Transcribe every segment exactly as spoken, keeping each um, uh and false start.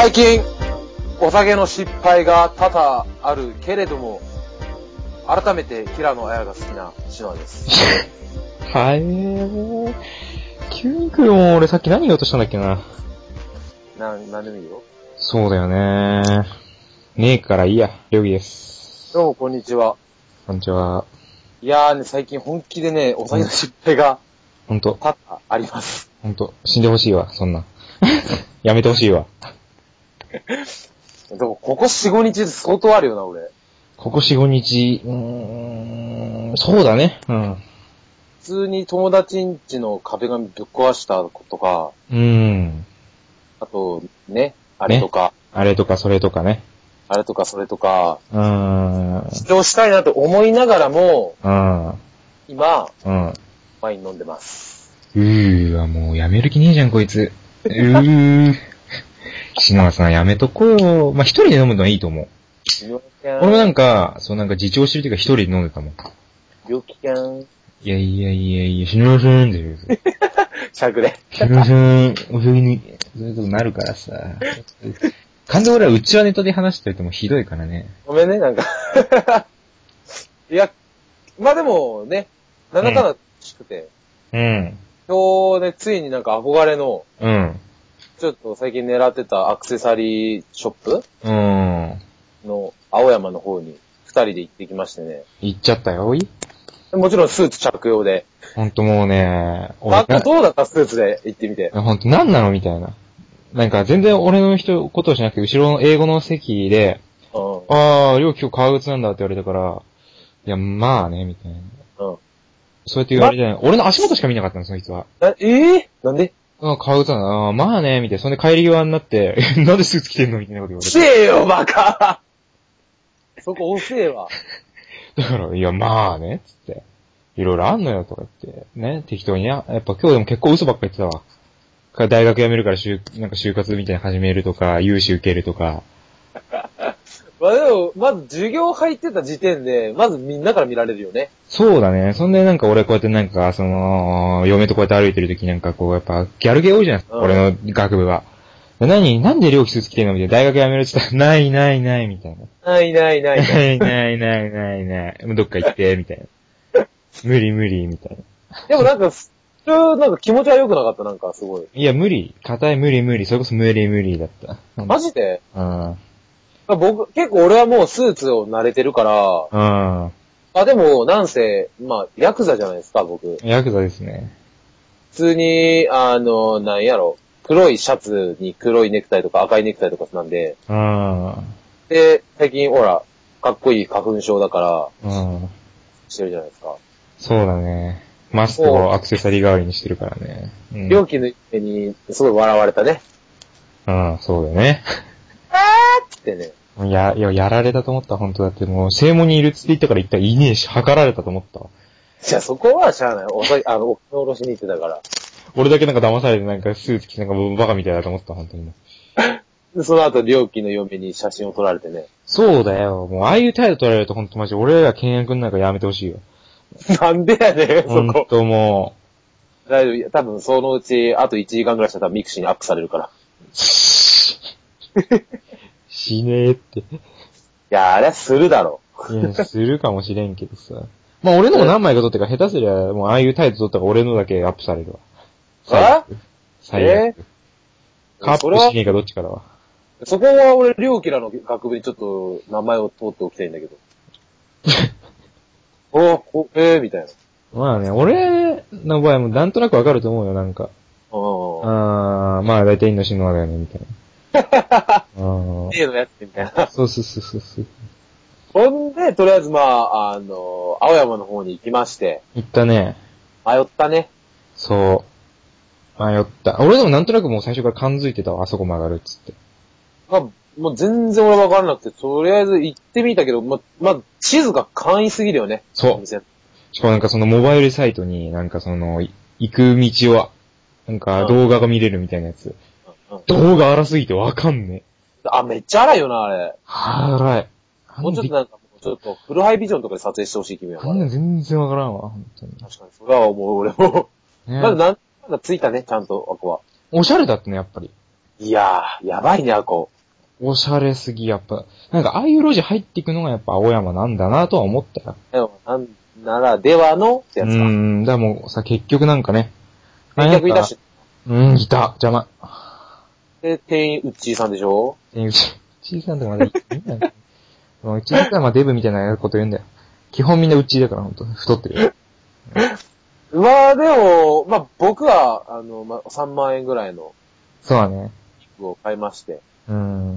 最近、お酒の失敗が多々あるけれども、改めて平野綾が好きな篠田です。 はい、もう、急に来るもん、俺さっき何言おうとしたんだっけな。 な、なんでもいいよ。 そうだよね。ねえからいいや、りょうぎです。 どうも、こんにちは。 こんにちは。 いやーね、最近本気でね、お酒の失敗が、 ほんと。 多々あります。 ほんと。死んでほしいわ、そんな。やめてほしいわ。 でも、ここよん、ごにちで相当あるよな、俺。 ここよん、ごにち、うーん、そうだね。うん。 普通に友達ん家の壁紙ぶっ壊したことか、 うーん。 あと、ね、あれとか、 ね、あれとかそれとかね。 あれとかそれとか、 うーん。 主張したいなと思いながらも、 うん。 今、 うん。 ワイン飲んでます。 うーわ、もうやめる気ねえじゃん、こいつ。うー。篠田さんやめとこうよ。まあ、一人で飲むのはいいと思う。俺もなんか、そうなんか自重してるというか一人で飲んでたもん。 病気かん。 いやいやいやいや、篠田さんって言う。 尺で。 篠田さん、お風呂に、そういうことなるからさ。完全に俺はうちはネタで話してるともうひどいからね。 ごめんね、なんか。いや、まあでもね、なんだかんだ欲しくて。 うん。 今日ね、ついになんか憧れの、 うん。 ちょっと最近狙ってたアクセサリーショップうん。 の青山の方に二人で行ってきましてね。 行っちゃったよ、おい。 もちろんスーツ着用で。 ほんともうね、 あとどうだったスーツで行ってみて。 ほんとなんなのみたいな。なんか全然俺の人、ことをしなくて、後ろの英語の席で、 うん、 あー、りょう今日革靴なんだって言われたから、いや、まあね、みたいな。 うん。 そうやって言われてない、ま、俺の足元しか見なかったの、そいつは。 ええー、なんであ、革靴なんだ、あまあね、みたいな。そんで帰り際になって、なんでスーツ着てんのみたいなこと言われて。 せえよ、バカそこ遅えわ。 だから、いや、まあね、つって。いろいろあんのよ、とか言って。ね、適当に。やっぱ今日でも結構嘘ばっか言ってたわ。大学辞めるから就、なんか就活みたいな始めるとか、融資受けるとか。 まあでも、まず授業入ってた時点で、まずみんなから見られるよね。 そうだね。そんでなんか俺こうやってなんか、その、嫁とこうやって歩いてる時なんかこう、やっぱギャルゲー多いじゃないですか、うん、俺の学部は。何なんで両スーツ着てんのみたいな。大学辞めるって言ったら、ないないないみたいな。 ないないない。 ないないないないない。どっか行って、みたいな。無理無理、みたいな。 でもなんか、普通、なんか気持ちは良くなかった、なんかすごい。 いや、無理。硬い無理無理。それこそ無理無理だった。 マジで？ うん。 僕、結構俺はもうスーツを慣れてるから、 うん。 あ、でも、なんせ、まあ、ヤクザじゃないですか、僕。 ヤクザですね。 普通に、あの、なんやろ。黒いシャツに黒いネクタイとか赤いネクタイとかなんで。 うん。 で、最近、ほら、かっこいい花粉症だから、 うん。 してるじゃないですか。 そうだね。マスクをアクセサリー代わりにしてるからね。 うん、料金の家に、すごい笑われたね。 うん、そうだね。 あーってね。 いや、いや、やられたと思った、本当だって。もう、正門にいるって言ったから言ったらいねえし、測られたと思った。 じゃあそこはしゃあない。おさ、あの、おろしに行ってたから。 俺だけなんか騙されてなんかスーツ着てなんかバカみたいだと思った、本当にもう。その後、料金の嫁に写真を撮られてね。 そうだよ。もう、ああいう態度取られると本当マジ、俺ら倹約なんかやめてほしいよ。 なんでやねん、そこ。 ほんともう。大丈夫。多分そのうち、あといちじかんくらいしたら多分ミクシーにアップされるから。 しねえって。 いや、あれはするだろ。 いや、するかもしれんけどさ。まあ俺のも何枚か撮ってから下手すりゃ、もうああいう態度撮ったから俺のだけアップされるわ。最悪。最悪。カップしねえかどっちかだわ。 そこは俺、両キラの学部にちょっと名前を通っておきたいんだけど。おお、えー、みたいな。 まあね、俺の場合もなんとなくわかると思うよ、なんか。ああ、まあ大体インドシノアだよね、みたいな。 ああ。例のやつみたいな。 そうそうそうそうそう。 ほんで、とりあえずまあ、あの、青山の方に行きまして。 行ったね。 迷ったね。 そう。迷った。俺でもなんとなくもう最初から感づいてたわ、あそこ曲がるっつって。 まあ、もう全然俺わからなくて、とりあえず行ってみたけど、ま、まあ、地図が簡易すぎるよね。 そう。しかもなんかそのモバイルサイトになんかその、行く道を、なんか動画が見れるみたいなやつ。うんうん、動画荒すぎてわかんねえ。あ、めっちゃ荒いよな、あれ。 荒い。 もうちょっとなんか、もうちょっとフルハイビジョンとかで撮影してほしい気分やから。あんな全然わからんわ、本当に。 確かに、それは思う、俺も。ね、まだなんかついたね、ちゃんと、あこは。 おしゃれだったね、やっぱり。 いやー、やばいね、あこ。 おしゃれすぎ、やっぱ。なんか、ああいう路地入っていくのがやっぱ青山なんだなとは思ったよ。 でも、なんならではのってやつか。 うーん、だからもうさ、結局なんかね。 接客いたし。 うん、いた。邪魔。 で、店員、うっちーさんでしょ？ 店員、うち、うちさんとかまだいいんだよ。もううちさんはまあデブみたいなこと言うんだよ。基本みんなうちだから、ほんと。太ってるよ。 まあでも、まあ僕は、あの、まあさんまんえんぐらいのそうだね。 服を買いまして。 うん。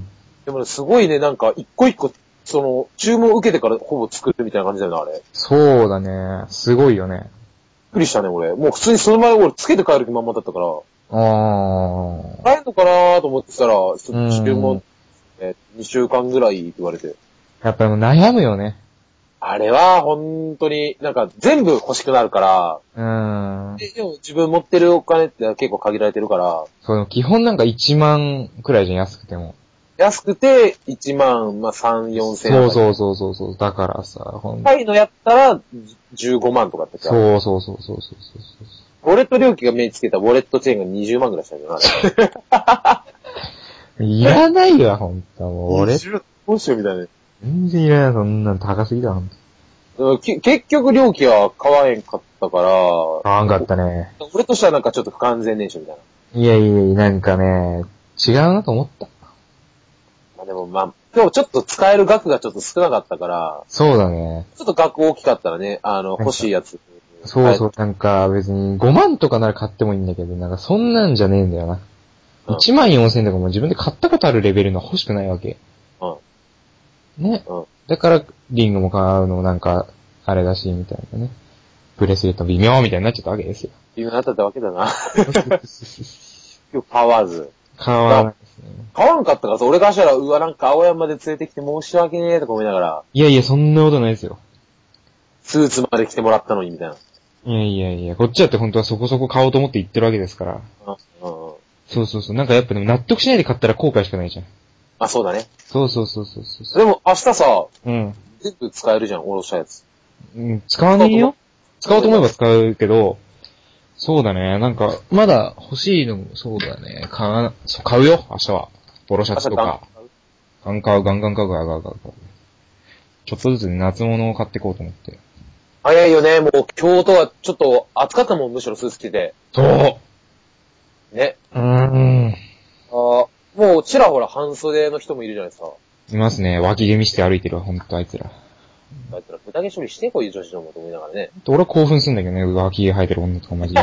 でもね、すごいね、なんか一個一個、その、注文を受けてからほぼ作るみたいな感じだよな、あれ。びっそうだね。すごいよね。 くりしたね、俺。もう普通にその前俺つけて帰る気満々だったから、 あー。 帰るのかなーと思ってたら、ちょっと注うん文、え、にしゅうかんぐらいって言われて。 やっぱりもう悩むよね。 あれは、本当に、なんか全部欲しくなるから、 うーん。 ででも自分持ってるお金って結構限られてるから、 その基本なんかいちまんくらいじゃん、安くても。 安くていちまん、まあ、さん、よんせんそうう。 そうそうそうそう。だからさ、ほん高いのやったらじゅうごまんとかだったっけ。 そうそうそうそうそうそうウォレット料金が目につけたウォレットチェーンがにじゅうまんぐらいしたんじゃないあそう。いらないわ、ほんと。もうれ。 俺、 にじゅうどうしようみたいな。 全然いらない。そんなの高すぎだ、ほんと。 うんき結局料金は買わへんかったから、 買わんかったね。 俺としてはなんかちょっと不完全燃焼みたいな。 いやいやいや、なんかね、違うなと思った。 まあでもまあ、今日ちょっと使える額がちょっと少なかったから、 そうだね。 ちょっと額大きかったらね、あの、欲しいやつ。 そうそう、なんか別にごまんとかなら買ってもいいんだけど、なんかそんなんじゃねえんだよな。 うんいちまんよんせんとかも自分で買ったことあるレベルの欲しくないわけ。 うん。 ね。 うん。 だから、リングも買うのなんか、あれだし、みたいなね。ブレスレット微妙みたいになっちゃったわけですよ。 微妙になったわけだな。今日買わず。 買わないですね。 買わんかったからさ、俺からしたら、うわ、なんか青山で連れてきて申し訳ねえとか思いながら、 いやいや、そんなことないですよ。 スーツまで着てもらったのに、みたいな。 いやいやいや、こっちだって本当はそこそこ買おうと思って行ってるわけですから。 うんうんうん。 そうそうそう。なんかやっぱでも納得しないで買ったら後悔しかないじゃん。 あ、そうだね。 そうそうそうそうそう。 でも明日さ、 うん。 全部使えるじゃん、おろしたやつ。 うん、使わねえよ。使おうと思えば使うけど、そうだね。なんか、まだ欲しいの、そうだね。買わ、そう買うよ、明日は。ポロシャツとか。ガン買う、ガンガン買う、ガンガン買う。ちょっとずつ夏物を買っていこうと思って。 早いよね、もう今日とはちょっと暑かったもん、むしろスーツ着て。 そうね。 うーん。 あもうちらほら半袖の人もいるじゃないですか。 いますね。脇毛見して歩いてるわ、ほんとあいつら。 だったら豚毛処理してこういう女子どもと思いながらね。 俺は興奮するんだけどね、脇毛生えてる女とかマジで。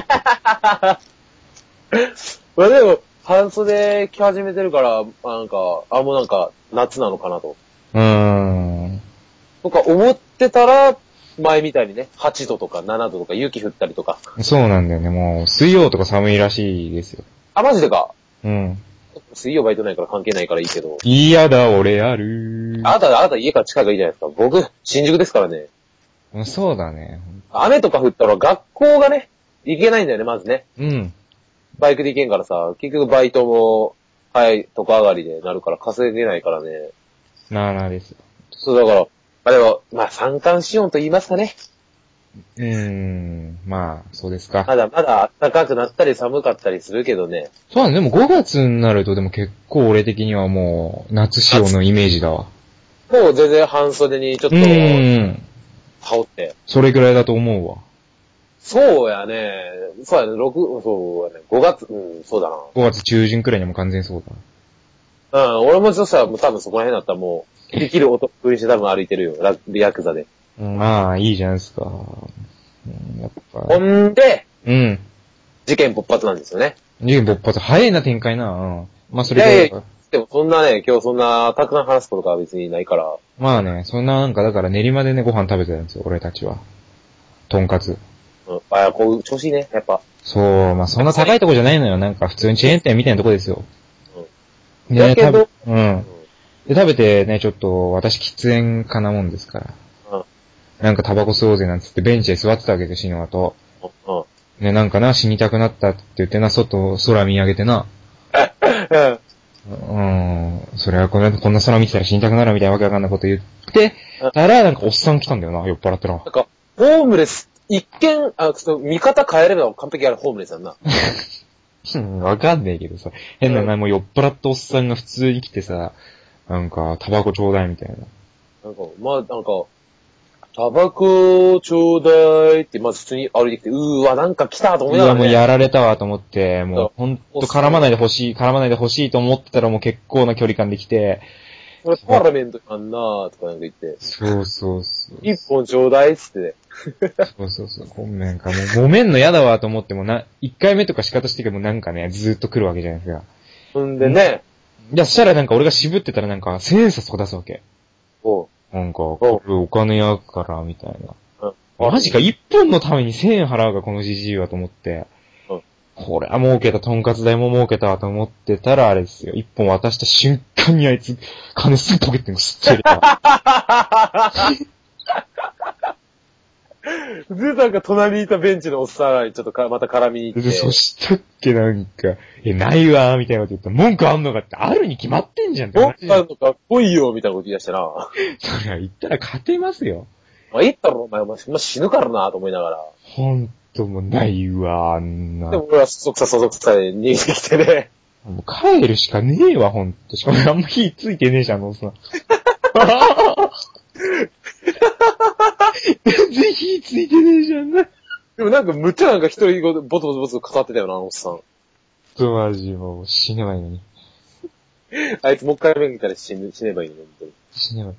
俺でも、半袖着始めてるから、なんか、あ、もうなんか、夏なのかなと。 うーん。 とか思ってたら、前みたいにね、はちどとかななどとか雪降ったりとか。 そうなんだよね、もう、水曜とか寒いらしいですよ。 あ、マジでか。 うん。 水曜バイトないから関係ないからいいけど。 嫌だ、俺あるあなた、あなた家から近いからいいじゃないですか。僕、新宿ですからね。 そうだね。 雨とか降ったら学校がね、行けないんだよね、まずね。 うん。 バイクで行けんからさ、結局バイトも、はい、とか上がりでなるから稼げないからね。 なあなあですよ。 そうだから、あれは、まあ、三寒四温と言いますかね。 うーん。まあ、そうですか。 まだまだ暖かくなったり寒かったりするけどね。 そうだね。でもごがつになるとでも結構俺的にはもう夏仕様のイメージだわ。 もう全然半袖にちょっとう、ーん。 羽織って。 それぐらいだと思うわ。 そうやね。そうやね。六そうやね。ごがつ、うん、そうだな。 ごがつ中旬くらいにはもう完全にそうだ。 うん、俺もそしたらもう多分そこら辺だったらもう、できる音振りして多分歩いてるよ。ラヤクザで。 うんまあ、いいじゃないですか。うん、やっぱ。 ほんで、 うん。 事件勃発なんですよね。 事件勃発。早いな展開な。うん。まあ、それで。 いやいやでもそんなね、今日そんなたくさん話すことが別にないから。 まあね、そんななんかだから練馬でね、ご飯食べてたんですよ、俺たちは。とんかつ。 うん。あ、こう、調子いいね、やっぱ。 そう、まあそんな高いとこじゃないのよ。なんか普通にチェーン店みたいなとこですよ。 うん。 で、 だけど食べ、うん。で、食べてね、ちょっと、私喫煙家なもんですから。 うん。 なんかタバコ吸おうぜなんつってベンチで座ってたわけですよ、シノワと。 うん。 ね、なんかな、死にたくなったって言ってな、外、空見上げてな。 うん。 うん、それはこんな、こんな空見てたら死にたくなるみたいなわけわかんないこと言ってたら、なんかおっさん来たんだよな、酔っ払ってな。 なんか、ホームレス、一見、あ、ちょっと見方変えれば完璧あるホームレスやんな。 うん、わかんねえけどさ、変な名前も酔っ払ったおっさんが普通に来てさ、 なんか、タバコちょうだいみたいな。 なんか、まあ、なんか、タバコちょうだいって、まず普通に歩いてきて、うーわ、なんか来たと思いながら、ね。 うわ、もうやられたわと思って、もうほんと絡まないでほしい、絡まないでほしいと思ってたらもう結構な距離感で来て、 これパーラメントあんなーとかなんか言って。 そうそうそう。 一本ちょうだいっつって。 そうそうそう。ごめんか、もう揉めんの嫌だわと思ってもな、一回目とか仕方してけどなんかね、ずーっと来るわけじゃないですか。 ほんでね。 いや、そしたらなんか俺が渋ってたらなんか千円札とか出すわけ。 おう。 なんか、これお金やから、みたいな。 うん。 マジか、一本のために千円払うか、このじじいはと思って。 うん。 これは儲けた、とんかつ代も儲けたと思ってたら、あれですよ。一本渡した瞬間にあいつ、金すぐポケットに吸って入れた。 ずっとなんか隣にいたベンチのおっさんにちょっとかまた絡みに行って。 そしたっけなんか、え、ないわーみたいなこと言ったら、文句あんのかって、あるに決まってんじゃんって文話。 句あるのかっこいいよ、みたいなこと言い出してな。 そりゃ言ったら勝てますよ。 まあ、言ったらお前、お前死ぬからな、と思いながら。 ほんともうないわ、あんな。 でも俺はそそくさそそくさで逃げてきてね。 もう帰るしかねえわ、ほんと。しかもあんま火ついてねえじゃん、あのさ。全然火ついてねえじゃんな。 でもなんかむっちゃなんか一人ボツボツボツ語ってたよな、あのおっさん。 とマジもう死ねばいいのに。 あいつもう一回目見たら死ぬ、死ねばいいのに、本当に。 死ねばいい。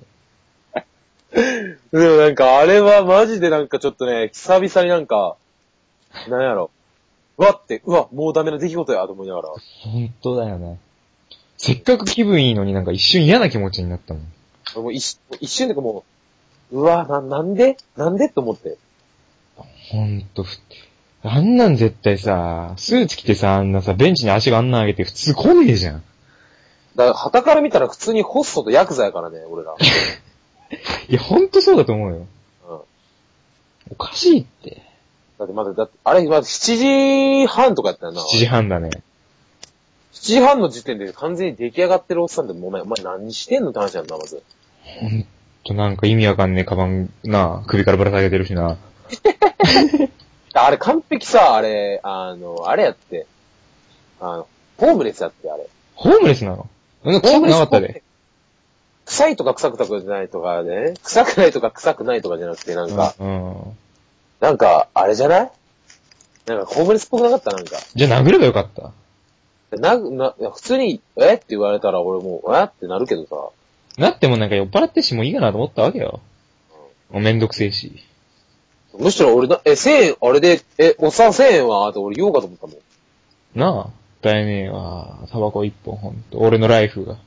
でもなんかあれはマジでなんかちょっとね、久々になんか、なんやろ。うわって、うわ、もうダメな出来事や、と思いながら。 ほんとだよね。せっかく気分いいのになんか一瞬嫌な気持ちになったもん。 俺もう一一瞬でかもう、うわ、な、なんでなんでって思って。 ほんと、ふ、あんなん絶対さ、スーツ着てさ、あんなさ、ベンチに足があんな上げて普通来ねえじゃん。 だから、旗から見たら普通にホストとヤクザやからね、俺ら。 いや、ほんとそうだと思うよ。 うん。 おかしいって。 だってまだ、だって、あれ、まだしちじはんとかやったよな。 しちじはんだね。 しちじはんの時点で完全に出来上がってるおっさんでもうお前、お前何してんのって話やんな、まず。 ほんとなんか意味わかんねえカバンな、首からぶら下げてるしな。 あれ完璧さ、あれ、あの、あれやって。あの、ホームレスやって、あれ。 ホームレスなの？なんか臭くなかったで。 臭いとか臭くないとかね。臭くないとか臭くないとかじゃなくて、なんか、 うんうん、 なんか、あれじゃないなんか、ホームレスっぽくなかったなんか。 じゃあ殴ればよかった。 な、な、普通に、えって言われたら俺もう、えってなるけどさ。 なってもなんか酔っ払ってしもいいかなと思ったわけよ。もうめんどくせえし。 むしろ俺な、え、せんえん、あれで、え、おっさんせんえんはって俺言おうかと思ったもん。 なあ、もったいねえわ。タバコ一本ほんと。俺のライフが。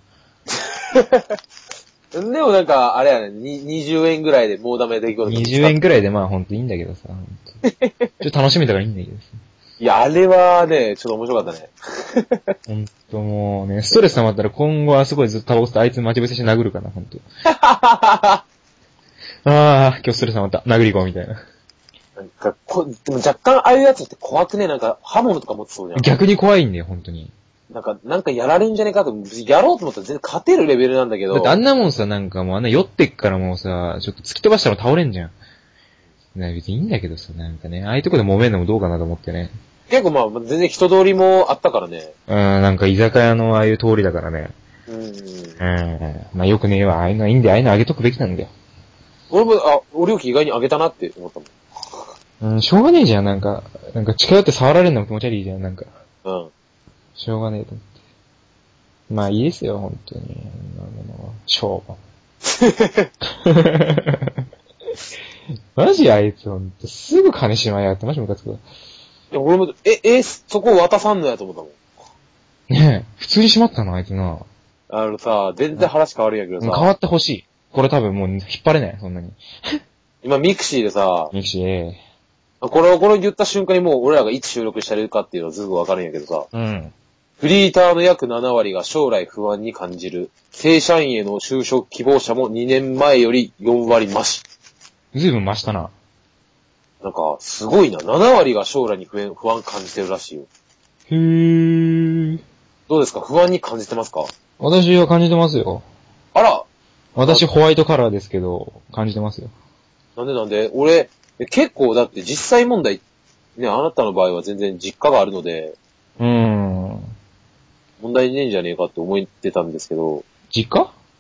でもなんか、あれやね、ににじゅうえんぐらいでもうダメできる。 にじゅうえんくらいでまあほんといいんだけどさ。ほんとちょっと楽しめたからいいんだけどさ。 いや、あれはね、ちょっと面白かったね。 ほんともうね、ストレス溜まったら今後はすごいずっとタバコ吸ってあいつ待ち伏せして殴るかな、ほんと。ああ、今日ストレス溜まった。殴り行こうみたいな。 なんかこ、でも若干ああいうやつって怖くね、なんか刃物とか持ってそうじゃん。 逆に怖いんだよ、ほんとに。 なんか、なんかやられんじゃねえかと、やろうと思ったら全然勝てるレベルなんだけど。 だってあんなもんさ、なんかもうあんな酔ってっからもうさ、ちょっと突き飛ばしたら倒れんじゃん。ね、別にいいんだけどさ、なんかね、ああいうとこで揉めんのもどうかなと思ってね。 結構まあ、全然人通りもあったからね。 うん、なんか居酒屋のああいう通りだからね。 うん。うん。 うん。まあよくねえわ、ああいうのはいいんだよ、ああいうのあげとくべきなんだよ。 俺も、あ、お料金意外に上げたなって思ったもん。 うん、しょうがねえじゃん、なんか。なんか近寄って触られるのも気持ち悪いじゃん、なんか。 うん。 しょうがねえと思って。まあいいですよ、本当に。あんなものは。超。マジあいつほんと、すぐ金しまいやがって、マジムカつくわ。 いや、俺も、え、え、そこ渡さんのやと思ったもん。 ねえ、普通にしまったの、あいつな。 あのさ、全然話変わるんやけどさ。 変わってほしい。これ多分もう引っ張れない、そんなに。 今、ミクシーでさ、 ミクシー、 これを、これを言った瞬間にもう俺らがいつ収録してるかっていうのはずっとわかるんやけどさ。 うん。 フリーターの約なな割が将来不安に感じる。正社員への就職希望者もにねんまえよりよん割増し。 ずいぶん増したな。 なんか、すごいな。なな割が将来に不安、不安感じてるらしいよ。 へー。 どうですか？不安に感じてますか？ 私は感じてますよ。 あら！ 私ホワイトカラーですけど、感じてますよ。 なんでなんで俺、結構だって実際問題、ね、あなたの場合は全然実家があるので、 うーん。 問題ねえんじゃねえかって思ってたんですけど、 実家？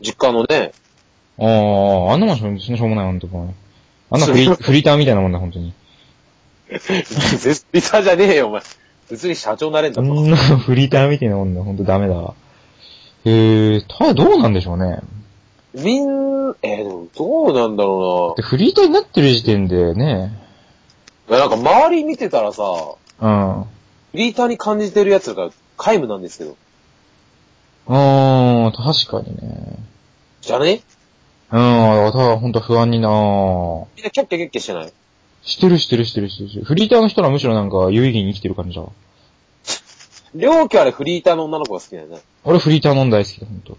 実家のね。 ああ、あんなもんしょ、そんなしょうもない、ほんと。あんなフリ、フリーターみたいなもんだ、ほんとに。 フリーターじゃねえよ、お前。普通に社長になれんだそぞ。 んなフリーターみたいなもんだ、ほんとダメだわ。へえ、ただどうなんでしょうね。 みん、えー、でもどうなんだろでフリーターになってる時点でね。 うな。いや、なんか周り見てたらさ、 うん。 フリーターに感じてる奴らが皆無なんですけど。 ああ、確かにね。 じゃねうん、ただほんと不安になぁ。 みんなキャッキャキャッキャしてない？ してるしてるしてるしてる。フリーターの人らはむしろなんか有意義に生きてる感じだわ。 両家あれフリーターの女の子が好きだよね。 俺フリーター飲ん大好きだ、ほんと。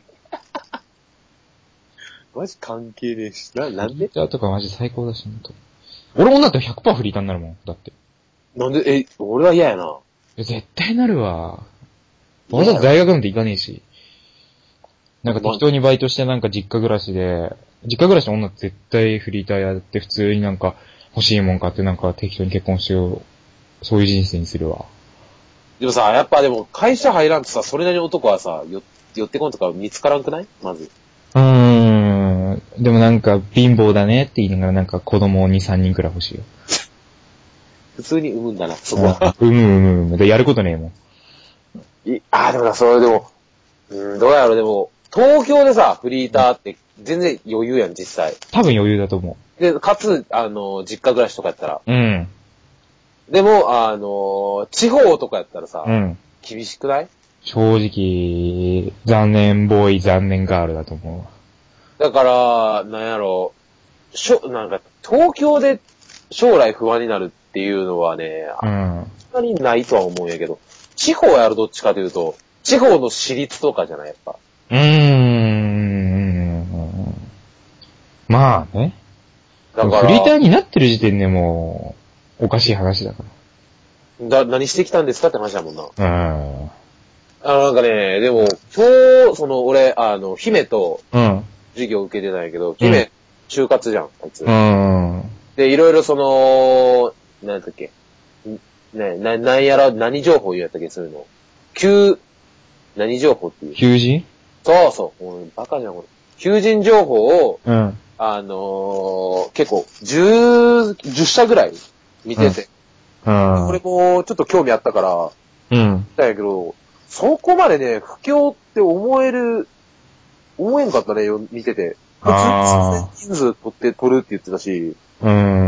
マジ関係ねえし。な、なんでフリーターとかマジ最高だし、ほんと。俺もだって ひゃくパーセント フリーターになるもん、だって。 なんで、え、俺は嫌やな。 え絶対なるわ。俺だって大学なんて行かねえし。なんか適当にバイトしてなんか実家暮らしで、実家暮らしの女って絶対フリーターやって普通になんか欲しいもん買ってなんか適当に結婚しよう。そういう人生にするわ。 でもさ、やっぱでも会社入らんとさ、それなりの男はさ、よ、寄ってこんとか見つからんくないまず。 うーん。でもなんか貧乏だねって言いながらなんか子供をに、さんにんくらい欲しいよ。 普通に産むんだな、そこは。 うむうむうむ。で、やることねえもん。 いあーでもな、それでも、うん、どうやろう、でも、東京でさ、フリーターって全然余裕やん、実際。 多分余裕だと思で、かつ、あの、実家暮らしとかやったら。 う。うん。 でも、あの、地方とかやったらさ、 うん。 厳しくない？ 正直、残念ボーイ、残念ガールだと思うわ。 だから、なんやろう、しょ、なんか、東京で将来不安になるっていうのはね、 うあんん。 まりないとは思うんやけど、地方やるどっちかというと、地方の私立とかじゃない、やっぱ。 うーん。まあね。 だかフリーターら、 になってる時点でもう、おかしい話だかだ、何してきたんですかって話だもんな。 ら。うん。 あの、なんかね、でも、今日、その、俺、あの、姫とうん。 授業受けてないけど、姫、就活じゃん、あいつ。 うん。 で、いろいろその、なんだっけ、んね、な、なんやら、何情報言うやったっけ、そういうの。急、何情報っていう。 求人そうそう。もうバカじゃん、これ。求人情報を、 うん。 あのー、結構、じゅう、じゅっ社ぐらい見てて。 うん。 これも、ちょっと興味あったから、 うん。 見たんやけど、そこまでね、不況って思える、思えんかったね、よ見てて。普通にあ人数取って、取るって言ってたし、 ー。うん。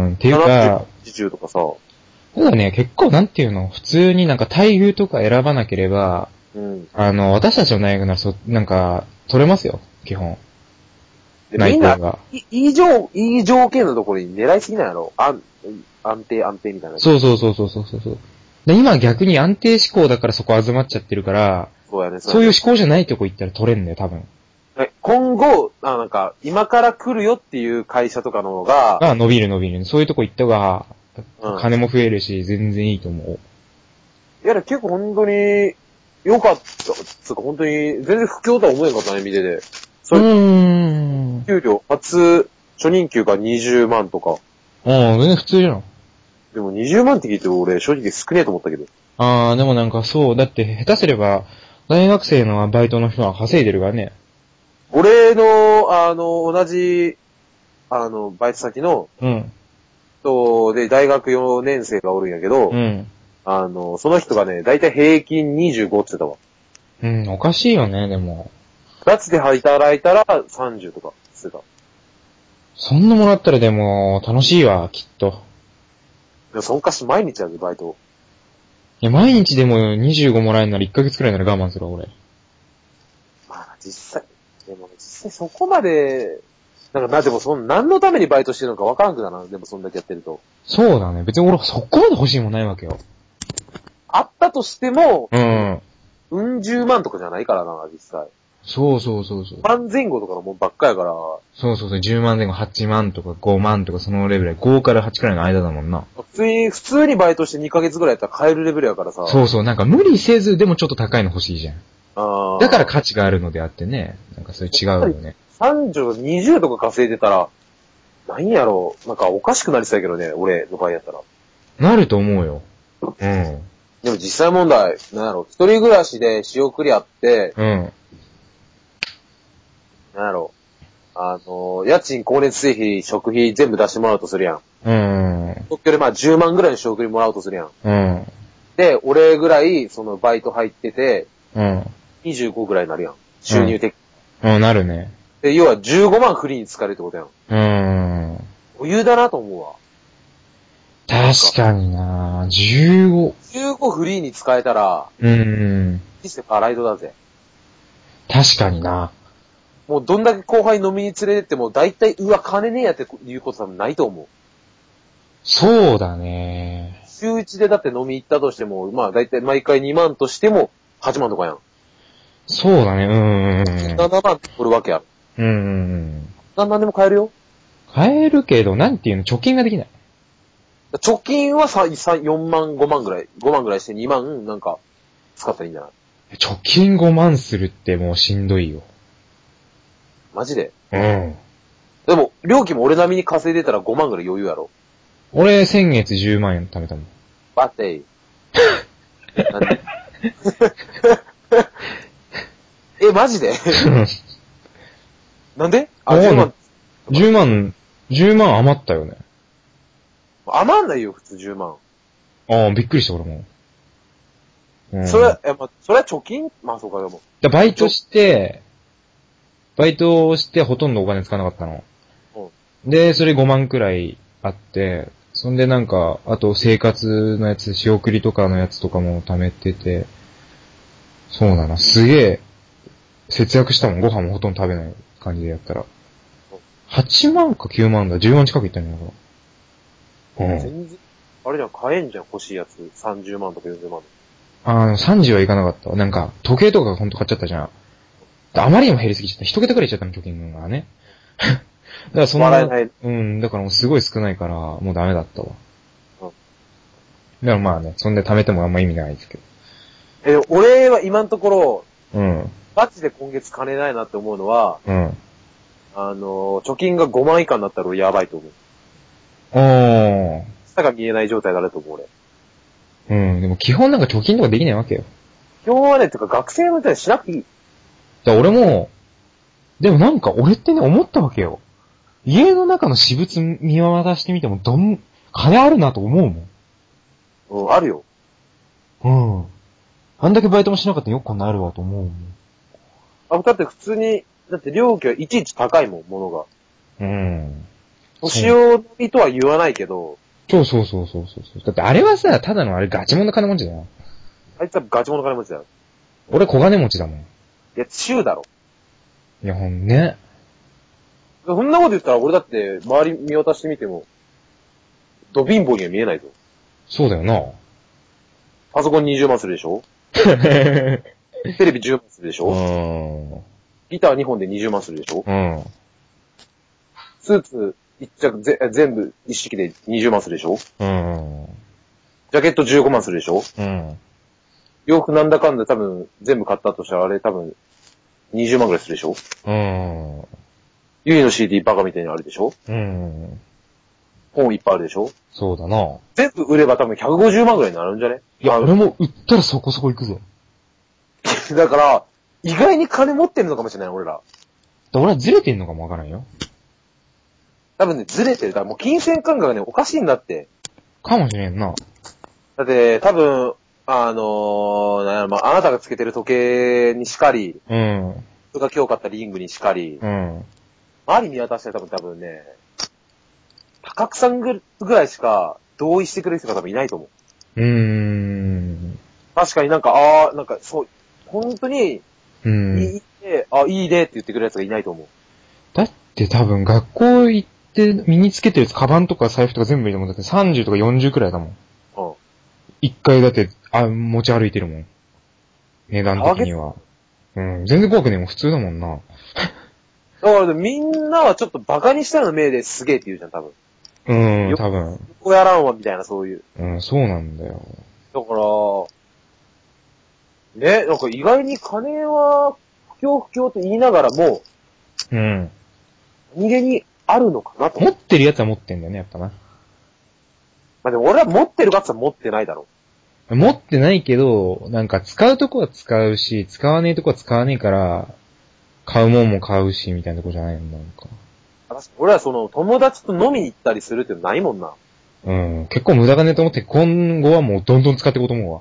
っていうか、 ななじゅうとかさ、 ただね、結構なんていうの、普通になんか待遇とか選ばなければ、 うん。 あの、私たちの大学ならそ、なんか、取れますよ、基本。 でみんな内定が。、 いいい条、いい条件のところに狙いすぎないやろ。安、安定、安定みたいな。 そうそうそうそうそうそう。で、今逆に安定志向だからそこ集まっちゃってるから、 そうやね、 そういうやね思考じゃないとこ行ったら取れんだよ、多分。 え今後、あなんか、今から来るよっていう会社とかの方が、 が伸びる伸びる。そういうとこ行った方が、 うん金も増えるし、全然いいと思う。 いや、結構本当に、良かった。つうか本当に、全然不況とは思えんかったね、見てて。そうれ、 ーん。 給料、初、初任給がにじゅうまんとか。 うん、全然普通じゃん。 でもにじゅうまんって聞いて俺、正直少ねえと思ったけど。 あー、でもなんかそう、だって下手すれば、大学生のバイトの人は稼いでるからね。 俺の、あの、同じ、あの、バイト先のうん。 人で、大学よねん生がおるんやけど、 うん。 あの、その人がね、だいたい平均にじゅうごって言ってたわ。 うん、おかしいよね、でも。 ガチで働いたらさんじゅうとかしてた。 そんなもらったらでも、楽しいわ、きっと。 でもそんかし毎日やで、バイト。 いや、毎日でもにじゅうごもらえるならいっかげつくらいなら我慢するわ、俺。 まあ、実際、でも実際そこまで、なんかな、でもその、何のためにバイトしてるのかわからんくだな、でもそんだけやってると。 そうだね。別に俺はそこまで欲しいもんないわけよ。 あったとしても、 うん。 うん十万とかじゃないからな、実際。 そうそうそうそう。 万前後とかのもんばっかやから、 そうそうそう、じゅうまん前後はちまんとかごまんとかそのレベルでごからはちくらいの間だもんな。 普通に、普通にバイトしてにかげつぐらいやったら買えるレベルやからさ。 そうそう、なんか無理せずでもちょっと高いの欲しいじゃん。 あだから価値があるのであってね。なんかそれ違うよね。 さんじゅう、にじゅうとか稼いでたら、なんやろう、なんかおかしくなりそうやけどね、俺の場合やったら。 なると思うよ。うん。 でも実際問題、なんやろう、一人暮らしで仕送りあって、 うん。 なんやろ。あの、家賃、光熱費、食費全部出してもらうとするやん。 うん。 東京でまあじゅうまんぐらいの食費もらうとするやん。 うん。 で、俺ぐらい、そのバイト入ってて、 うん。 にじゅうごぐらいになるやん。収入的。 うん、なるね。 で、要はじゅうごまんフリーに使えるってことやん。 うん。 余裕だなと思うわ。 確かになじゅうご。 じゅうごフリーに使えたら、 うん。 にしてパライドだぜ。 確かにな。 もうどんだけ後輩飲みに連れてっても、だいたい、うわ、金ねえやっていうこと多分ないと思う。 そうだね。 週いちでだって飲み行ったとしても、まあだいたい毎回にまんとしてもはちまんとかやん。 そうだね。うん。 ななまんって取るわけやる。 うん。 何でも買えるよ。 買えるけど、なんていうの、貯金ができない。 貯金はさ、さ、よんまん、ごまんぐらい、ごまんぐらいしてにまんなんか使ったらいいんじゃない？ 貯金ごまんするってもうしんどいよ。 マジで？ うん。 でも、料金も俺並みに稼いでたらごまんぐらい余裕やろ。 俺、先月じゅうまん円貯めたもん。 バッテイ。なんでえ、マジでなんであ、じゅうまん。 じゅうまん、じゅうまん余ったよね。 余んないよ、普通じゅうまん。 ああ、びっくりした俺も。 うん、それは、え、ま、それは貯金まあそうか、でも。 だバイトして、バイトをしてほとんどお金使わなかったの。うん、で、それごまんくらいあって、そんでなんか、あと生活のやつ、仕送りとかのやつとかも貯めてて、そうだな、すげえ、節約したもん、ご飯もほとんど食べない感じでやったら。はちまんかきゅうまんだ、じゅうまん近くいったんじゃないかな。うん。全然、あれじゃん、買えんじゃん、欲しいやつ。さんじゅうまんとかよんじゅうまん。 あの、さんじゅうはいかなかったわ。なんか、時計とかほんと買っちゃったじゃん。あまりにも減りすぎちゃった。一桁くらいいっちゃったの、貯金がね。だからそんな、笑えない。うん、だからもうすごい少ないから、もうダメだったわ。うん。だからまあね、そんで貯めてもあんま意味ないですけど。 え、俺は今のところ、 うん。 マジで今月金ないなって思うのは、 うん。 あの、貯金がごまん以下になったら俺やばいと思う。おー。下が見えない状態だなと思う俺。 うん、でも基本なんか貯金とかできないわけよ。 基本はね、てか学生みたいにしなくていい。 だ俺も、でもなんか俺ってね、思ったわけよ。家の中の私物見渡してみても、どん、金あるなと思うもん。 うん、あるよ。 うん。あんだけバイトもしなかったらよくこんなあるわと思うもん。 あ、だって普通に、だって料金はいちいち高いもん、物が。 うん。 年寄りとは言わないけど。 そうそうそうそうそう。だってあれはさ、ただのあれガチモンの金持ちだよ。 あいつはガチモンの金持ちだよ。 俺小金持ちだもん。いや、中だろ。 いや、ほんね。 そんなこと言ったら俺だって周り見渡してみても、ド貧乏には見えないぞ。 そうだよな。 パソコンにじゅうまんするでしょテレビじゅうまんするでしょうん。 ギターにほんでにじゅうまんするでしょうん。 スーツ一着ぜ全部一式でにじゅうまんするでしょうん。ジャケットじゅうごまんするでしょうん。洋服なんだかんだ多分全部買ったとしたらあれ多分にじゅうまんぐらいするでしょうん。ユイの シーディー バカみたいにあるでしょうん。本いっぱいあるでしょそうだな。全部売れば多分ひゃくごじゅうまんぐらいになるんじゃねいや、俺も売ったらそこそこ行くぞ。だから、意外に金持ってんのかもしれない、俺ら。 俺はずれてんのかもわからんよ。 多分ね、ずれてる。だからもう金銭感覚がね、おかしいんだって。 かもしれんな。 だって、多分、あのー、なんやろ、まあ、あなたがつけてる時計にしかり、うん。それが今日買ったリングにしかり、うん。周り見渡して多分多分ね、高くさんぐらいしか同意してくれる人が多分いないと思う。うーん。確かになんか、ああ、なんか、そう、本当に、うん。いいね、あ、いいねって言ってくれる奴がいないと思う。 だって多分学校行って身につけてるやつ、カバンとか財布とか全部いるもんだってさんじゅうとかよんじゅうくらいだもん。うん。一回だって、あ、持ち歩いてるもん。値段的には。うん。全然怖くねえもん、普通だもんな。だからみんなはちょっとバカにしたような目ですげえって言うじゃん、多分。うん、多分。横やらんわ、みたいな、そういう。うん、そうなんだよ。だから、ね、なんか意外に金は不況不況と言いながらも、うん。逃げにあるのかなと。持ってるやつは持ってんだよね、やっぱな。まあでも俺は持ってるやつは持ってないだろう。持ってないけど、なんか使うとこは使うし、使わねえとこは使わねえから、 買うもんも買うし、みたいなとこじゃないのなんか。 俺はその、友達と飲みに行ったりするってないもんな。 うん。結構無駄金と思って、今後はもうどんどん使っていこうと思うわ。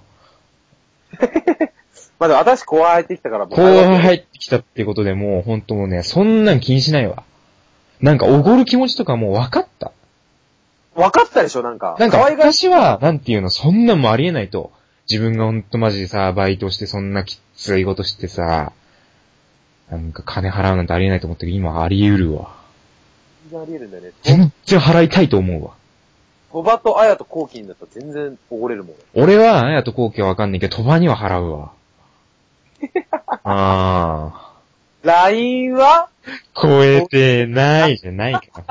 まあでも私後輩入ってきたからもう。 後輩入ってきたってことでもう、ほんともうね、そんなん気にしないわ。なんか、おごる気持ちとかもう分かった。 分かったでしょ、なんか。 なんか、私は、なんていうの、そんなんもありえないと。自分がほんとマジでさ、バイトしてそんなきついことしてさ、なんか金払うなんてありえないと思ったけど、今あり得るわ。 全然あり得るんだよね。 全然払いたいと思うわ。 鳥羽と綾とコウキンだったら全然おごれるもん。 俺は、綾とコウキはわかんないけど、鳥羽には払うわ。あー。ライン は超えてないじゃないから。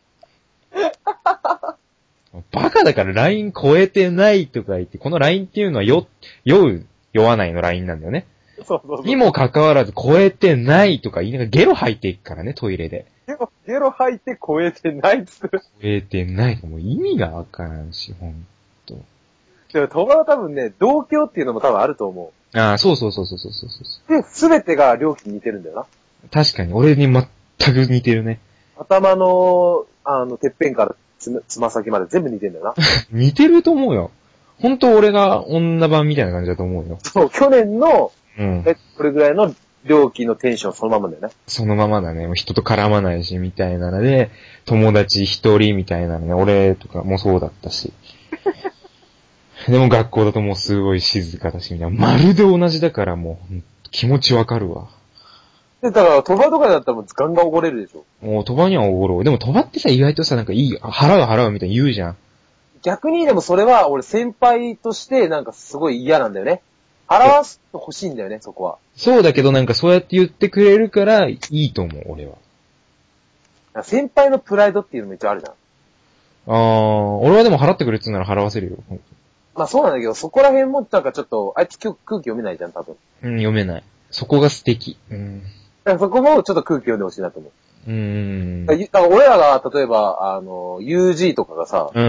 バカだから ライン 超えてないとか言って、この ライン っていうのはよ、酔う、酔わないの ライン なんだよね。 そうそうそう。 にもかかわらず超えてないとか言いながらゲロ吐いていくからね、トイレで。 ゲロ、ゲロ吐いて超えてないっつって。超えてない。もう意味がわからんし、ほんと。 でも、鳥羽は多分ね、同居っていうのも多分あると思う。ああ、そうそうそうそうそうそうそう。で、すべてが料金似てるんだよな。 確かに、俺に全く似てるね。 頭の、あの、てっぺんからつ、つま先まで全部似てんだよな。 似てると思うよ。ほんと俺が女版みたいな感じだと思うよ。 そう、去年の、 うん。 え、これぐらいの料金のテンションそのままだよね。 そのままだね。もう人と絡まないし、みたいなので、友達一人みたいなのね。俺とかもそうだったし。でも学校だともうすごい静かだし、みたいな。まるで同じだからもう、気持ちわかるわ。 で、だから、鳥羽とかだったらもうガンガンおごれるでしょ。 もう鳥羽にはおごろう。でも鳥羽ってさ、意外とさ、なんかいい、払う払うみたいに言うじゃん。 逆にでもそれは俺先輩としてなんかすごい嫌なんだよね。払わせてほしいんだよね、そこは。 そうだけどなんかそうやって言ってくれるからいいと思う、俺は。 先輩のプライドっていうのも一応あるじゃん。 あー、俺はでも払ってくれって言うなら払わせるよ。 まあそうなんだけど、そこら辺もなんかちょっと、あいつ空気読めないじゃん、多分。 うん、読めない。そこが素敵。うん。 だからそこもちょっと空気読んでほしいなと思う。 うーん。 だから俺らが、例えば、あの、ユージー とかがさ、 うん。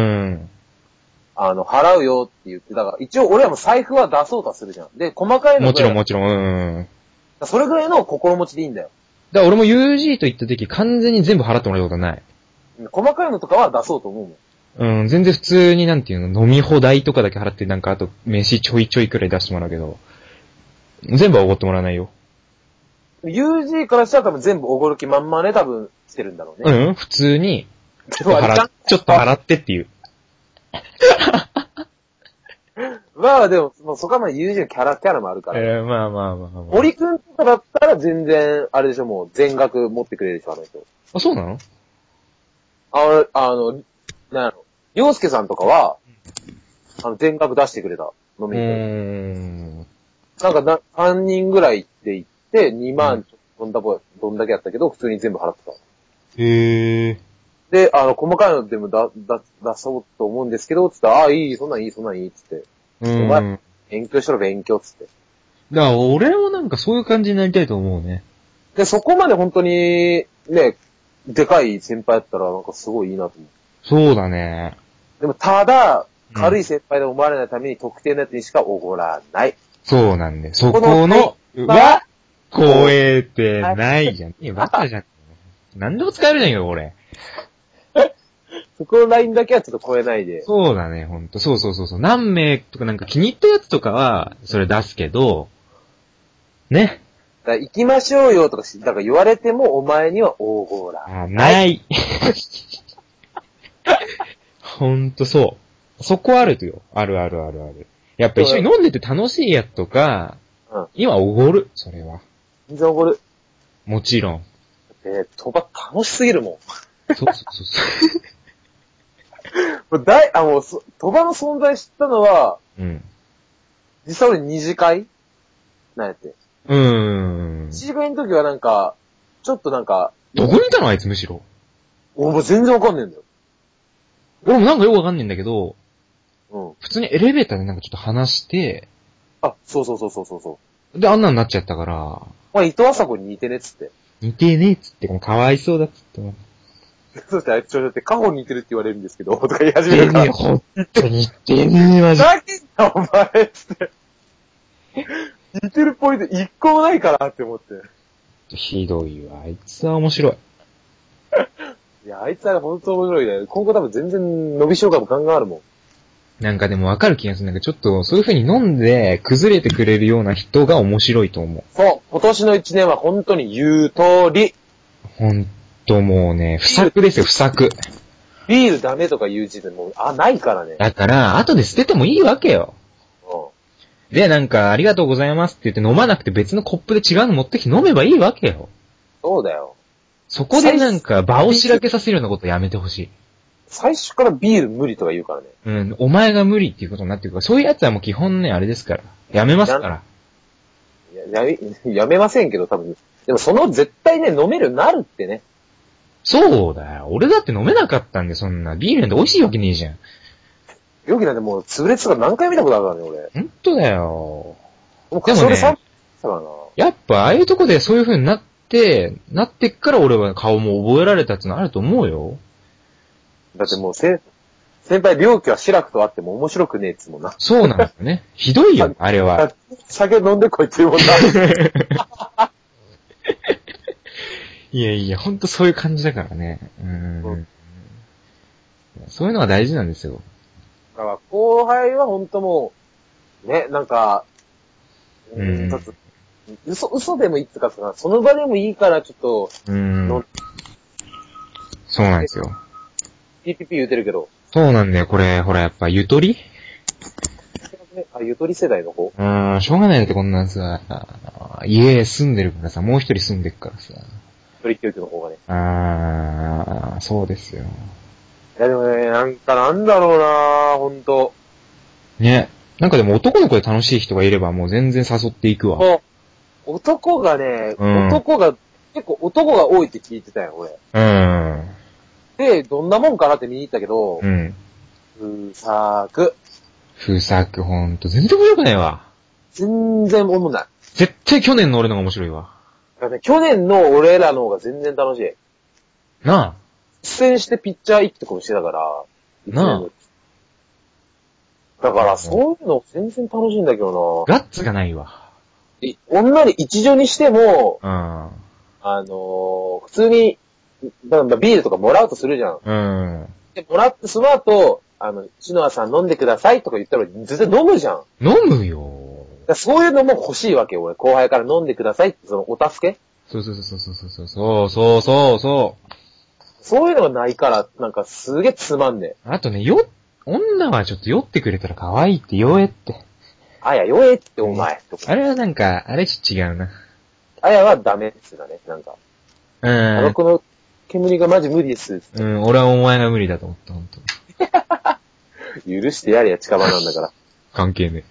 あの、払うよって言って、だから一応俺らも財布は出そうとするじゃん。で、細かいのもちろんもちろん、うん。 それぐらいの心持ちでいいんだよ。 だから俺も ユージー と言った時完全に全部払ってもらうことはない。 細かいのとかは出そうと思うもん。 うん、全然普通になんていうの、飲み放題とかだけ払ってなんかあと飯ちょいちょいくらい出してもらうけど、全部はおごってもらわないよ。 ユージー からしたら多分全部おごる気満々で多分してるんだろうね。 うん、普通に、ちょっと払っ、ちょっと払ってっていう。 まあでも、もうそこはまあ ユージー のキャラ、キャラもあるから。 えー、まあまあまあまあ、まあ。 森くんとかだったら全然、あれでしょ、もう全額持ってくれるでしょ、あの人。 あ、そうなの？ あ、あの、なんやろ。洋介さんとかは、あの、全額出してくれた。飲みに行った。うーん。なんかな、さんにんぐらいで行って、にまん、どんだけ、どんだけやったけど、普通に全部払ってた。 へー。 で、あの、細かいのでもだ、だ、出そうと思うんですけど、つって、ああ、いい、そんなんいい、そんなんいい、つって。 うん。 お前、勉強しろ、勉強、つって。 だから、俺もなんかそういう感じになりたいと思うね。 で、そこまで本当に、ね、でかい先輩だったら、なんかすごいいいなと思う。 そうだね。 でも、ただ、軽い先輩で思われないために特定のやつにしかおごらない。 そうなんで。そこの、は、超えてないじゃん。いや、バカじゃん。何でも使えるじゃんよ、俺。 そこのラインだけはちょっと超えないで。 そうだね、ほんと。そうそうそうそう。何名とかなんか気に入ったやつとかは、それ出すけど、ね。 だから行きましょうよとかし、だから言われてもお前にはおごらない。ない。ほんとそう。そこあるとよ。あるあるあるある。やっぱ一緒に飲んでて楽しいやつとか、うん、今おごる、それは。 全然おごる。 もちろん。 えー、鳥羽楽しすぎるもん。 そうそうそうそう。だい、あ、もう、鳥羽の存在知ったのは、うん。実際俺二次会なんやって。うーん。一次会の時はなんか、ちょっとなんか。 どこにいたのあいつむしろ。 おもう全然わかんねえんだよ。 俺もなんかよくわかんねえんだけど、うん。普通にエレベーターでなんかちょっと話して、 あ、そうそうそうそうそう。 で、あんなになっちゃったから。 まあ、伊藤麻子に似てねっつって。 似てねえっつって、かわいそうだっつって。 そしてあいつちょいだって、カホに似てるって言われるんですけど、とか言い始めるから。 似てねえ、ほんと似てねえ、マジで。 だけだ、お前つって。似てるポイント一個もないかなって思って。 とひどいわ。あいつは面白い。 いや、あいつは本当面白いね。今後多分全然伸びしろがも考えあるもん。 なんかでもわかる気がするんだけど、ちょっとそういう風に飲んで崩れてくれるような人が面白いと思う。 そう、今年の一年は本当に言う通り。 ほんともうね、不作ですよ、不作。 ビールダメとか言う時点もう、あ、ないからね。 だから、後で捨ててもいいわけよ。 うん。 で、なんか、ありがとうございますって言って飲まなくて別のコップで違うの持ってきて飲めばいいわけよ。 そうだよ。 そこでなんか場をしらけさせるようなことやめてほしい。 最初からビール無理とか言うからね。 うん、お前が無理っていうことになってるから、そういうやつはもう基本ね、あれですから。やめますから。 や、やめ、やめませんけど多分。でもその絶対ね、飲めるようになるってね。 そうだよ。俺だって飲めなかったんで、そんな。ビールなんて美味しいわけねえじゃん。 容器なんてもう潰れてたから何回見たことあるからね、俺。 ほんとだよ。 でもそれさ、ね、 やっぱああいうとこでそういう風になって、なってっから俺は顔も覚えられたってのあると思うよ。 だってもうせ、先輩、料金はシラフとあっても面白くねえっつもんな。 そうなんですよね。ひどいよ、あれは。 酒飲んでこいって言うもんな。 いやいや、ほんとそういう感じだからね。うーん、うん、そういうのが大事なんですよ。 だから後輩はほんともう、ね、なんか、うん、ちょっと、嘘、嘘でもいいってかさ、その場でもいいからちょっと、 うん。そうなんですよ。 ピーピーピー 言うてるけど。 そうなんだよ、これ、ほら、やっぱ、ゆとりあ、ゆとり世代の子うーん、しょうがないだってこんなんさ、家住んでるからさ、もう一人住んでるからさ。 一人教育の方がね。 あー、そうですよ。 いやでもね、なんかなんだろうなぁ、ほんと。 ね。なんかでも男の子で楽しい人がいればもう全然誘っていくわ。 そう。男がね、うん、男が、結構男が多いって聞いてたよ、俺。 うん。 で、どんなもんかなって見に行ったけど、 うん。 ふさく。 ふさく、ほんと。全然面白くないわ。 全然思んない。 絶対去年の俺の方が面白いわ。 だからね、去年の俺らの方が全然楽しい。 なあ。 出演してピッチャー一とかもしてたから。 なあ。 だから、そういうの全然楽しいんだけどな。ガッツがないわ。 女で一女にしても、 うん。 あのー、普通に、ビールとかもらうとするじゃん。 うん。 で、もらってその後、あの、シノアさん飲んでくださいとか言ったら絶対飲むじゃん。 飲むよ。 そういうのも欲しいわけよ、俺。後輩から飲んでくださいって、その、お助けそうそうそうそうそうそうそうそうそうそう。 そういうのがないから、なんかすげえつまんねえ。 あとね、よ、女はちょっと酔ってくれたら可愛いって酔えって。 あや、酔えってお前。 あれはなんか、あれちょっと違うな。 あやはダメっすだね、なんか。うん。あの子の煙がマジ無理です。 うん、俺はお前が無理だと思った、ほんと。 許してやれや、近場なんだから。 関係ね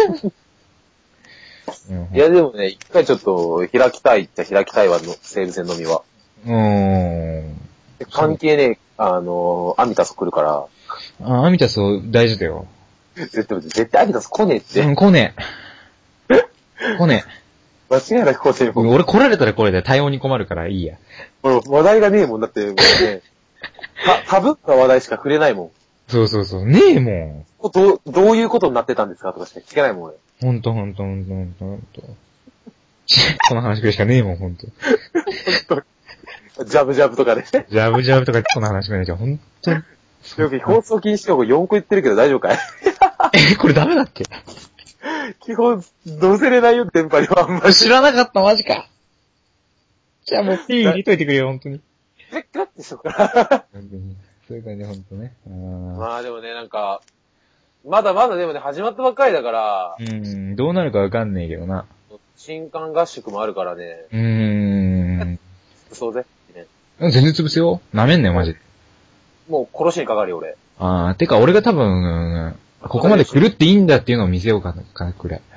え。いや、でもね、一回ちょっと開きたいっちゃ開きたいわ、の西武線飲みは。 うーん。 関係ねえ、あの、アミタス来るから。 あ、アミタス大事だよ。 絶対、絶対アミタス来ねえって。 うん、来ねえ。来ねえ。間違いなく来ねえもん。 俺来られたらこれで対応に困るからいいや。 俺、話題がねえもんだって、もうね、た、タブな話題しか触れないもん。 そうそうそう。ねえもん。 どう、どういうことになってたんですかとかしか聞けないもん、俺。 ほんとほんとほんとほんとほんと。この話くらいしかねえもん、ほんと。 ほんと。ジャブジャブとかね。 ジャブジャブとかこの話くらいじゃ、ほんとに。 よく放送禁止用語よんこ言ってるけど大丈夫かいえ、これダメだっけ基本、乗せれないよ、電波にはあんまり。 知らなかった、マジか。じゃあもう P 入れといてくれよ、ほんとに。 え、ガッてしとくから。 本当に。そういう感じでほんとね。 まあでもね、なんか、まだまだでもね、始まったばっかりだから。 うん、どうなるかわかんねえけどな。 新刊合宿もあるからね。 うーん。 そうぜ。ね、 全然潰すよ。舐めんねよ、マジで。 もう殺しにかかるよ、俺。 あー、てか俺が多分、ここまで狂っていいんだっていうのを見せようかな、くらい。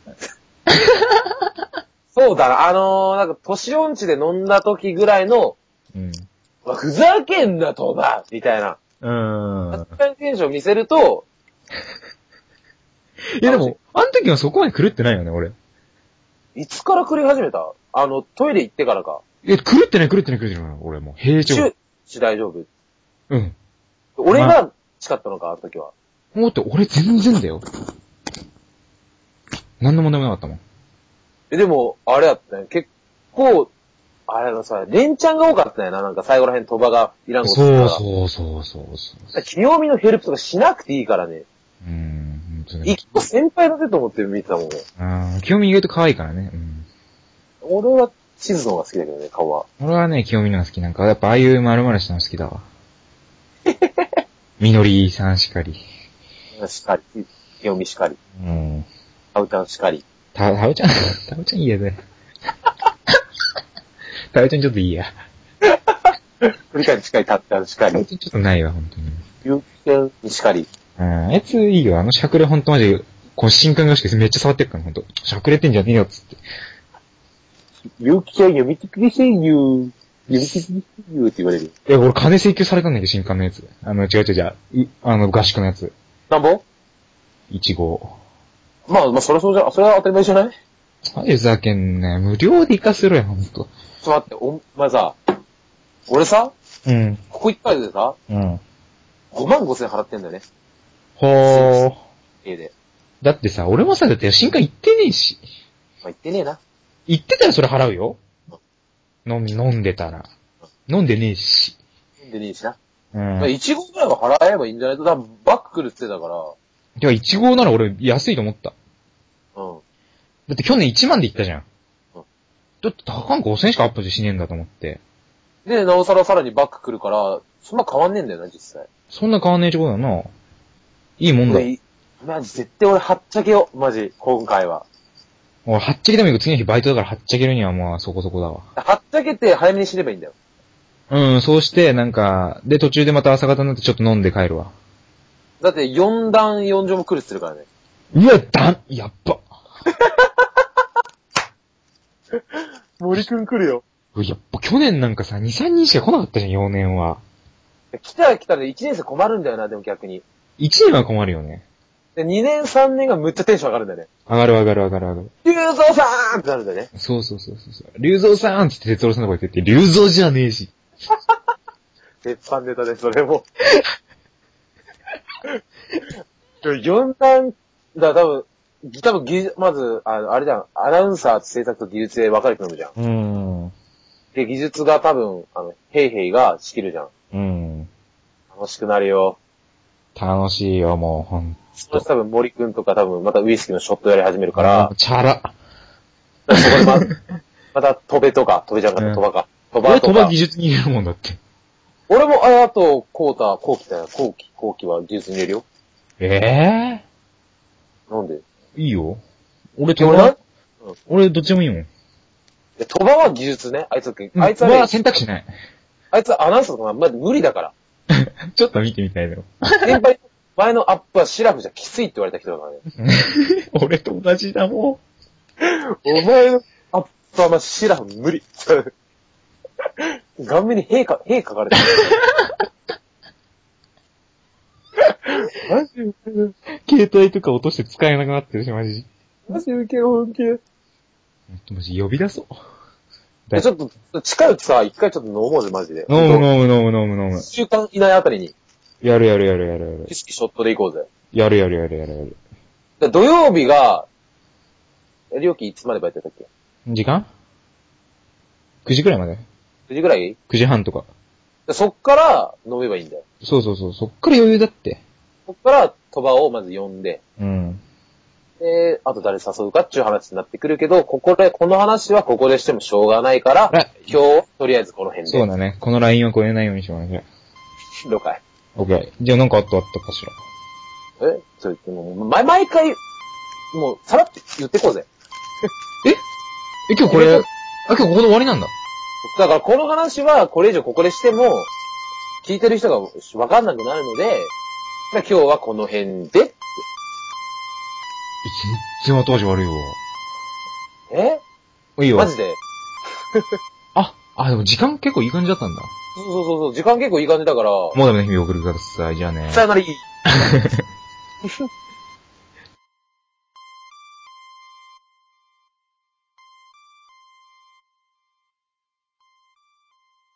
そうだな、あのー、なんか、年音痴で飲んだ時ぐらいの、うん。ふざけんな、とばみたいな。うーん。確かにテンション見せると、 いやでも、あの時はそこまで狂ってないよね、俺。 いつから狂い始めた？あの、トイレ行ってからか。 え、狂ってない狂ってない狂ってない。俺もう平常。 終始大丈夫。 うん。 俺が誓ったのか、あの時は。 もうって俺全然だよ。何の問題もなかったもん。 え、でも、あれやったね。結構、 あれのさ、連チャンが多かったよな、なんか最後らへん鳥羽がいらんことするから。 そうそうそうそうそう。 清美のヘルプとかしなくていいからね。 うん、本当に。 一個先輩だぜと思って見てたもんね。 うん、清美意外と可愛いからね。うん。 俺は地図の方が好きだけどね、顔は。 俺はね、清美のが好きなんか、やっぱああいう丸々したの好きだわ。みのりさんしかり。 しかり。清美しかり。 うん。 タウちゃんしかり。 た、たうちゃん、たうちゃんいいやで。たうちゃんちょっといいや。 振り返り近いタウちゃんしかり。 たうちゃんちょっとないわ、本当に。 ゆうきちゃんにしかり。 うん、あいついいよ。あのしゃくれほんとマジで、こう新刊がしくめっちゃ触ってるから、ほんと。しゃくれてんじゃねえよ、つって。 ゆうきちゃん読みてくれせんよ。読みてくれせんよって言われる。 いや、俺金請求されたんだけど、新刊のやつ。あの、違う違う違う。う、あの、合宿のやつ。 なんぼ ? いち号。 まあ、まあ、そりゃそうじゃ、それは当たり前じゃない何ふざけんね。無料で行かせろよ、ほんと。 ちょっと待って、お前さ、俺さ、 うん。 ここいっかげつでさ、 うん。 ごまんごせん払ってんだよね。 ほー。 家で。 だってさ、俺もさ、だって新刊行ってねえし。 まあ、言ってねえな。 行ってたらそれ払うよ。飲み、飲んでたら。飲んでねえし。 飲んでねえしな。 うん。 まあ、いち号ぐらいは払えばいいんじゃないと、多分バック来るって言ってたかてか、いち号なら俺安いと思った。 ら。うん。 だって去年いちまんで行ったじゃん。 うん。 だって高かんごせんしかアップしねえんだと思って。 で、なおさらさらにバック来るから、そんな変わんねえんだよな、実際。 そんな変わんねえってことだな。いいもんだ。 マジ、絶対俺はっちゃけよ、マジ、今回は。 俺、はっちゃけでもいいけど、次の日バイトだからはっちゃけるにはまあそこそこだわ。 はっちゃけて早めに死ねばいいんだよ。 うん、そうして、なんか、で、途中でまた朝方になってちょっと飲んで帰るわ。 だってよん段よん乗も来るって言ってるからね。 いや、だ、やっば。 森くん来るよ。 やっぱ去年なんかさ、に、さんにんしか来なかったじゃん、よねんは。 来たら来たらいちねん生困るんだよな、でも逆に。 いちねんは困るよね。 で、にねんさんねんがむっちゃテンション上がるんだよね。 上がる上がる上がる上がる。 龍蔵さーんってなるんだよね。 そうそうそうそう。龍蔵さんって言って哲郎さんの声言ってて、龍蔵じゃねえし。 鉄板ネタで、それも。よん段、だから多分、多分技術、まず、あの、あれだよ、アナウンサーと制作と技術で分かれてるじゃん。 うん。 で、技術が多分、あの、ヘイヘイが仕切るじゃん。 うん。 楽しくなるよ。 楽しいよ、もう、ほんそして多分森くんとか多分またウイスキーのショットやり始めるから。 チャラ。 そこでま、またトベとか、トベじゃなかった、トバか。トバ俺、 とか。 トバ技術に入れるもんだって。 俺も、あ、あと、コータ、コウキだよ。コウキ、コウキは技術に入れるよ。 ええー、なんでいいよ。俺、トバ、うん、俺、どっちでもいいもん。 トバは技術ね。あいつ、あいつはね、は選択肢ない。 あいつアナウンサーとかまだ無理だから。 ちょっと見てみたいだろ。 先輩、前のアップはシラフじゃきついって言われた人だからね。 俺と同じだもん。 お前のアップはまシラフ無理。顔面に兵か、兵書かれてる。マジウケる。 携帯とか落として使えなくなってるし、マジ。 マジウケる、本気で。 マジ呼び出そう。 ちょっと、近いうちさ、一回ちょっと飲もうぜ、マジで。 飲む飲む飲む飲む飲む。 一週間以内あたりに。 やるやるやるやるやる。 知識ショットで行こうぜ。 やるやるやるやるやる。 で土曜日が、料金いつまでバイトやったっけ？ 時間 ?く 時くらいまで。 くじぐらい ? く 時半とか。 でそっから飲めばいいんだよ。 そうそうそう。そっから余裕だって。 そっから、鳥羽をまず呼んで。 うん。 で、あと誰誘うかっていう話になってくるけど、ここで、この話はここでしてもしょうがないから、今日、とりあえずこの辺で。 そうだね。このラインは超えないようにしようね。 了解。 オッケー。じゃあなんかあったあったかしら。えそう言ってもう、毎、毎回、もう、さらって言ってこうぜ。 ええ、今日これ、あ、今日ここで終わりなんだ。 だからこの話はこれ以上ここでしても、聞いてる人がわかんなくなるので、今日はこの辺でって。 全然後味悪いわ。 えいいよ。 マジであ、あ、でも時間結構いい感じだったんだ。 そうそうそうそう、時間結構いい感じだから。 もうダメな日々送るください。じゃあね。 さよならいい。